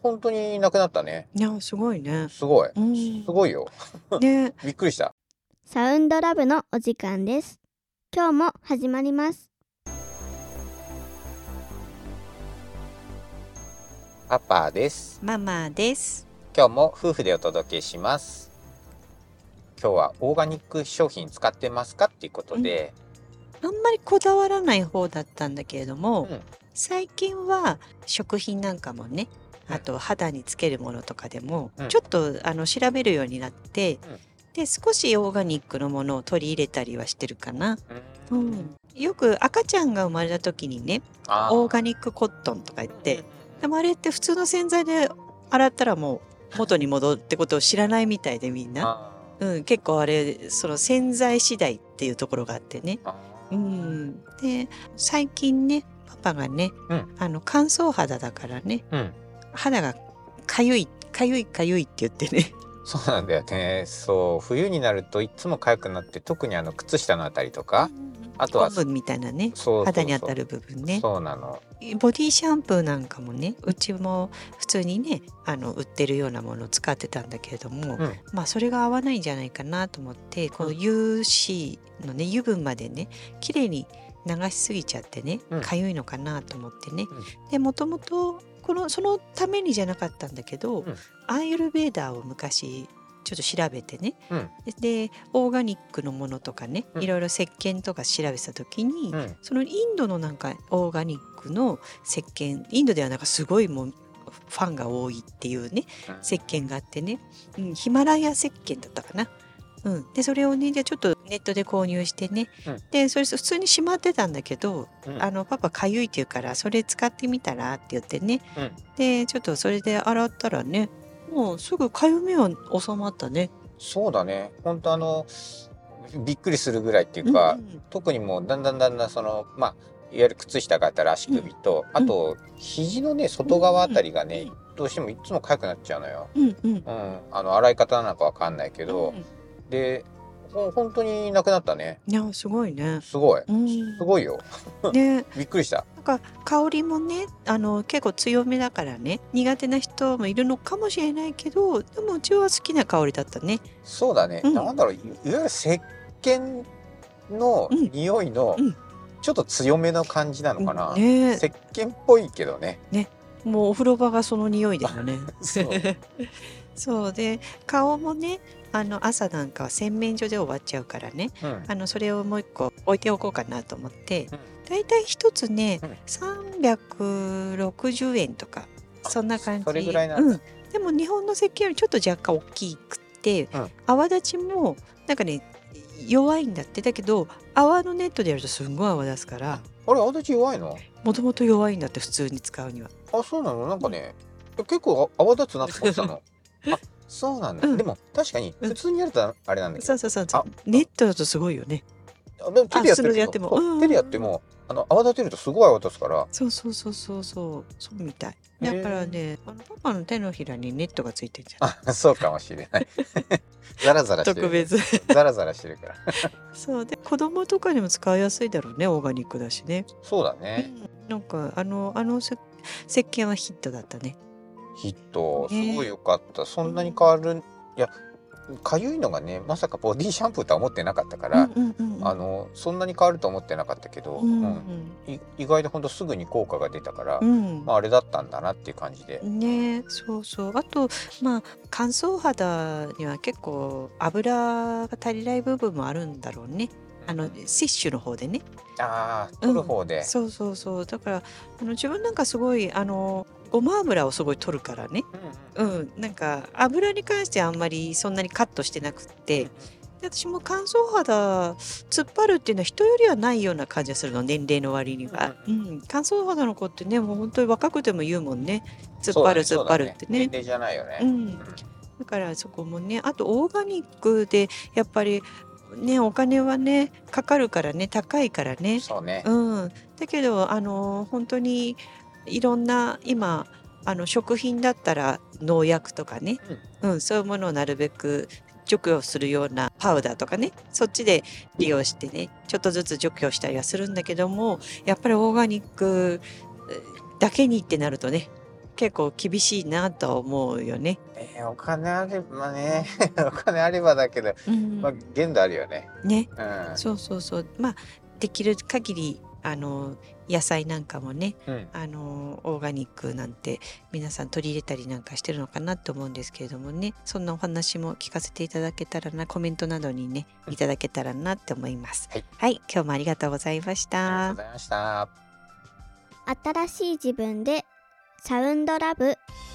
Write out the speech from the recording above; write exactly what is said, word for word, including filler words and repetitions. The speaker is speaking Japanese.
本当になくなったね。 いや、すごいね。 すごい。 うん。 すごいよ。 ね。 びっくりした。 サウンドラブのお時間です。今日も始まります。 パパです。 ママです。 今日も夫婦でお届けします。今日はオーガニック商品使ってますかっていうことで、 あんまりこだわらない方だったんだけれども、 うん最近は食品なんかもね、 うんあと肌につけるものとかでも、 うんちょっとあの調べるようになって、 うんで少しオーガニックのものを取り入れたりはしてるかな。 ううんん、よく赤ちゃんが生まれた時にね、 あーオーガニックコットンとか言って、でもあれって普通の洗剤で洗ったらもう元に戻るってことを知らないみたいでみんな。 あうん、結構あれ、その洗剤次第っていうところがあってね。 ーあーうん。で、最近ね、パパがね、 うんあの、乾燥肌だからね、 うん肌がかゆい、かゆいかゆいって言ってね。 そうなんだよね。そう冬になるといつも痒くなって、特にあの靴下のあたりとか、あとはゴムみたいなね、 そうそうそう肌に当たる部分ね。 そうなの。 ボディシャンプーなんかもね、うちも普通にね、あの売ってるようなものを使ってたんだけれども、 うんまあそれが合わないんじゃないかなと思ってこの ユーシー のね油分までね綺麗に流しすぎちゃってねうんかゆいのかなと思ってね、 うんでもともとこのそのためにじゃなかったんだけど、 うんアーユルベーダーを昔ちょっと調べてね、 うんでオーガニックのものとかね、 うんいろいろ石鹸とか調べた時に、 うんそのインドのなんかオーガニックの石鹸、インドではなんかすごいもうファンが多いっていうね石鹸があってね、うん、ヒマラヤ石鹸だったかな。うん、でそれをねじゃあちょっとネットで購入してね、 うんでそれ普通にしまってたんだけど、 うんあのパパかゆいって言うからそれ使ってみたらって言ってね、 うんでちょっとそれで洗ったらねもうすぐかゆみは収まったね。 そうだね。本当あのびっくりするぐらいっていうか、 うんうん特にもうだんだんだんだんそのまあいわゆる靴下があったら足首と、 うんあと肘のね外側あたりがね、 うんどうしてもいつも痒くなっちゃうのよ。 うんうんうん、あの洗い方なのかわかんないけど、 うんでほ本当になくなったね。 いやすごいね。 すごい、 うんすごいよ。 ね、 びっくりした。 なんか香りもねあの結構強めだからね苦手な人もいるのかもしれないけどでもうちは好きな香りだったね。 そうだね。 うんなんだろういいわゆる石鹸のうん匂いのうんちょっと強めの感じなのかな。 うんね石鹸っぽいけどね。 もうお風呂場がその匂いだよね。 そうそうで顔もねあの朝なんかは洗面所で終わっちゃうからねうんあのそれをもう一個置いておこうかなと思ってうんだいたい一つねうんさんびゃくろくじゅうえんとかそんな感じ。 それぐらいなんだうん、でも日本の石鹸よりちょっと若干大きくって、 うん泡立ちもなんかね弱いんだってだけど泡のネットでやるとすんごい泡出すからあれ、泡立ち弱いの？ もともと弱いんだって普通に使うには。 あ、そうなの？なんかね、結構あ泡立つなって思ってたの。あ、そうなんだ。 うんでも確かにうん普通にやるとあれなんだけど、 そうそうそうそうあネットだとすごいよね。 あでも手でやってるあ普通のやってもそううん手でやってもあの泡立てるとすごい泡立つから。 そうそうそうそうそうそうみたいへーだからねあのパパの手のひらにネットがついてんじゃん。 あ、そうかもしれない。ザラザラしてる。 特別ザラザラしてるから。 そうで子供とかにも使いやすいだろうねオーガニックだしね。 そうだね。 うん、なんかあのあのせ石鹸はヒットだったね。 ヒット、すねごい良かった。そんなに変わる、いや、かゆいのがね、まさかボディシャンプーとは思ってなかったから、 うんうんうんうんあのそんなに変わると思ってなかったけど、 うんうんい意外とほんとすぐに効果が出たから、 うんまあ、あれだったんだなっていう感じで。 ねそうそうあとまあ乾燥肌には結構油が足りない部分もあるんだろうねあの摂取の方でね。 ああ、取る方で。 そうそうそうだからあの自分なんかすごいあのごま油をすごい取るからねうんうんなんか油に関してはあんまりそんなにカットしてなくってで私も乾燥肌突っ張るっていうのは人よりはないような感じがするの年齢の割には、うん、乾燥肌の子ってねもう本当に若くても言うもんね突っ張る突っ張るってね年齢じゃないよね。 うんだからそこもねあとオーガニックでやっぱりねお金はねかかるからね高いからねそうね。 うんだけどあの本当にいろんな今あの食品だったら農薬とかね、うん、そういうものをなるべく除去するようなパウダーとかねそっちで利用してねちょっとずつ除去したりはするんだけどもやっぱりオーガニックえーだけにってなるとね結構厳しいなとは思うよね。 えーお金あればね、お金あればだけど、 うんまあ、限度あるよね。 ね、 うん。 そうそうそう。まあできる限りあの野菜なんかもね、 うん。 あのオーガニックなんて皆さん取り入れたりなんかしてるのかなと思うんですけれどもね、そんなお話も聞かせていただけたらな、コメントなどにねいただけたらなって思います。 はい、 はい、今日もありがとうございましありがとうたご。ざいました。 新しい自分でサウンドラブ。